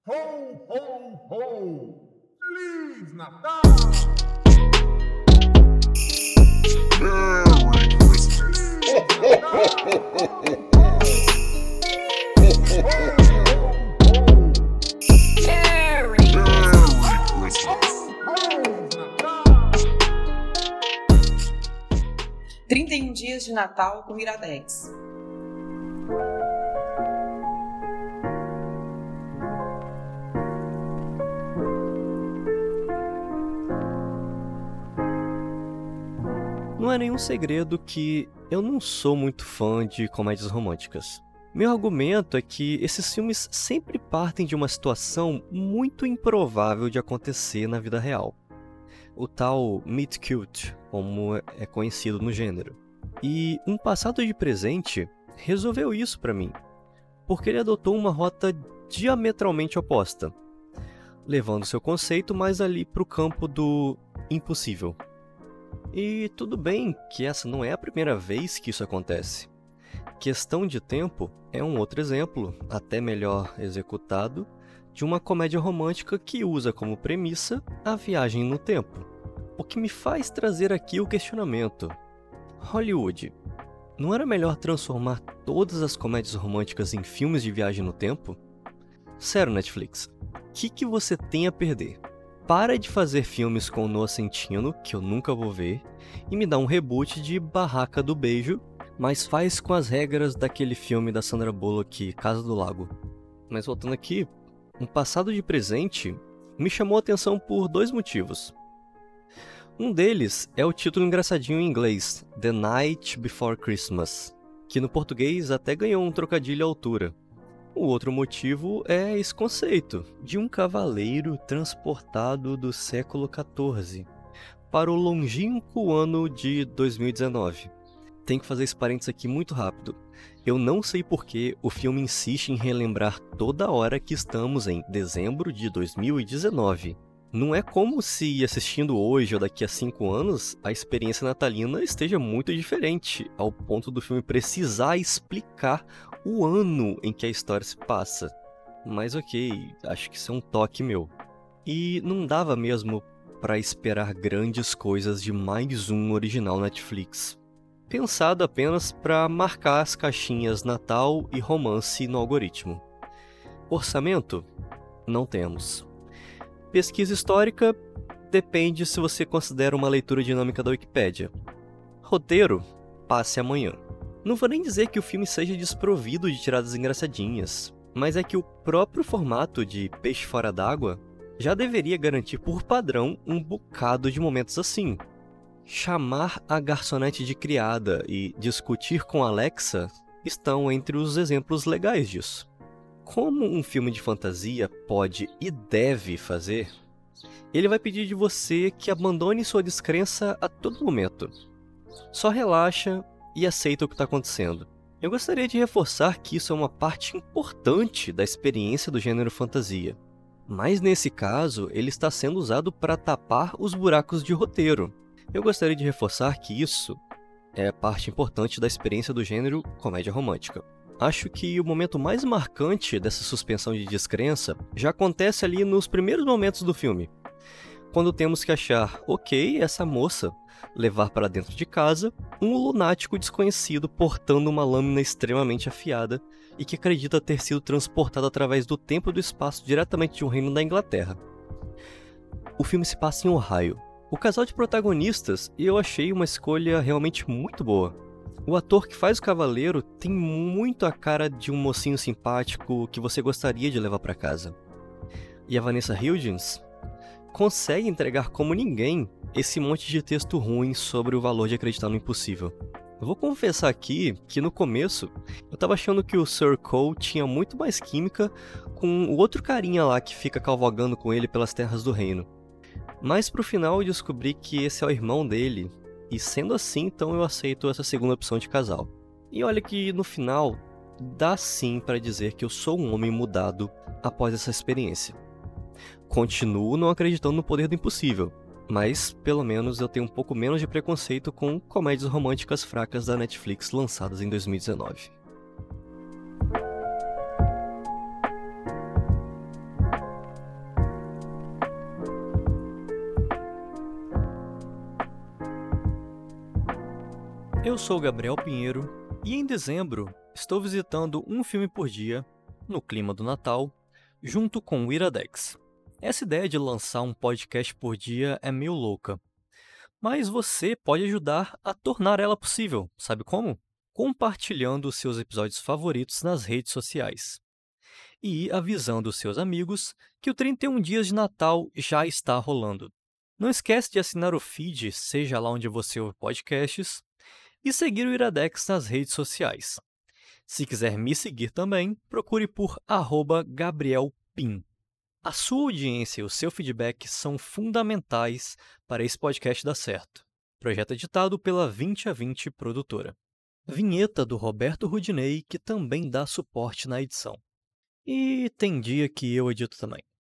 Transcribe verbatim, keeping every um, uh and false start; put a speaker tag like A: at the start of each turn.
A: Ho, ho, ho! Feliz Natal!
B: Merry Christmas!
A: Merry
B: Christmas!
C: trinta e um dias de Natal com Iradex.
D: Não é nenhum segredo que eu não sou muito fã de comédias românticas. Meu argumento é que esses filmes sempre partem de uma situação muito improvável de acontecer na vida real. O tal meet cute, como é conhecido no gênero. E Um Passado de Presente resolveu isso pra mim, porque ele adotou uma rota diametralmente oposta, levando seu conceito mais ali pro campo do impossível. E tudo bem que essa não é a primeira vez que isso acontece. Questão de Tempo é um outro exemplo, até melhor executado, de uma comédia romântica que usa como premissa a viagem no tempo. O que me faz trazer aqui o questionamento. Hollywood, não era melhor transformar todas as comédias românticas em filmes de viagem no tempo? Sério, Netflix, o que, que você tem a perder? Para de fazer filmes com Noah Centineo, que eu nunca vou ver, e me dá um reboot de Barraca do Beijo, mas faz com as regras daquele filme da Sandra Bullock, Casa do Lago. Mas voltando aqui, Um Passado de Presente me chamou a atenção por dois motivos. Um deles é o título engraçadinho em inglês, The Night Before Christmas, que no português até ganhou um trocadilho à altura. O outro motivo é esse conceito de um cavaleiro transportado do século quatorze para o longínquo ano de dois mil e dezenove. Tenho que fazer esse parênteses aqui muito rápido. Eu não sei por que o filme insiste em relembrar toda hora que estamos em dezembro de dois mil e dezenove. Não é como se assistindo hoje ou daqui a cinco anos a experiência natalina esteja muito diferente, ao ponto do filme precisar explicar o ano em que a história se passa. Mas ok, acho que isso é um toque meu. E não dava mesmo para esperar grandes coisas de mais um original Netflix, pensado apenas para marcar as caixinhas Natal e romance no algoritmo. Orçamento? Não temos. Pesquisa histórica? Depende se você considera uma leitura dinâmica da Wikipédia. Roteiro? Passe amanhã. Não vou nem dizer que o filme seja desprovido de tiradas engraçadinhas, mas é que o próprio formato de peixe fora d'água já deveria garantir por padrão um bocado de momentos assim. Chamar a garçonete de criada e discutir com Alexa estão entre os exemplos legais disso. Como um filme de fantasia pode e deve fazer, ele vai pedir de você que abandone sua descrença a todo momento. Só relaxa e aceita o que está acontecendo. Eu gostaria de reforçar que isso é uma parte importante da experiência do gênero fantasia. Mas nesse caso, ele está sendo usado para tapar os buracos de roteiro. Eu gostaria de reforçar que isso é parte importante da experiência do gênero comédia romântica. Acho que o momento mais marcante dessa suspensão de descrença já acontece ali nos primeiros momentos do filme, quando temos que achar ok essa moça levar para dentro de casa um lunático desconhecido portando uma lâmina extremamente afiada e que acredita ter sido transportado através do tempo e do espaço diretamente de um reino da Inglaterra. O filme se passa em Ohio. O casal de protagonistas eu achei uma escolha realmente muito boa. O ator que faz o cavaleiro tem muito a cara de um mocinho simpático que você gostaria de levar para casa. E a Vanessa Hudgens consegue entregar como ninguém esse monte de texto ruim sobre o valor de acreditar no impossível. Eu vou confessar aqui que no começo eu tava achando que o Sir Cole tinha muito mais química com o outro carinha lá que fica cavalgando com ele pelas terras do reino. Mas pro final eu descobri que esse é o irmão dele, e sendo assim, então eu aceito essa segunda opção de casal. E olha que no final, dá sim para dizer que eu sou um homem mudado após essa experiência. Continuo não acreditando no poder do impossível, mas pelo menos eu tenho um pouco menos de preconceito com comédias românticas fracas da Netflix lançadas em dois mil e dezenove. Eu sou o Gabriel Pinheiro e em dezembro estou visitando um filme por dia, no clima do Natal, junto com o Iradex. Essa ideia de lançar um podcast por dia é meio louca, mas você pode ajudar a tornar ela possível, sabe como? Compartilhando os seus episódios favoritos nas redes sociais e avisando os seus amigos que o trinta e um Dias de Natal já está rolando. Não esquece de assinar o feed, seja lá onde você ouve podcasts, e seguir o Iradex nas redes sociais. Se quiser me seguir também, procure por arroba gabrielpim. A sua audiência e o seu feedback são fundamentais para esse podcast dar certo. Projeto editado pela vinte a vinte Produtora. Vinheta do Roberto Rudinei, que também dá suporte na edição. E tem dia que eu edito também.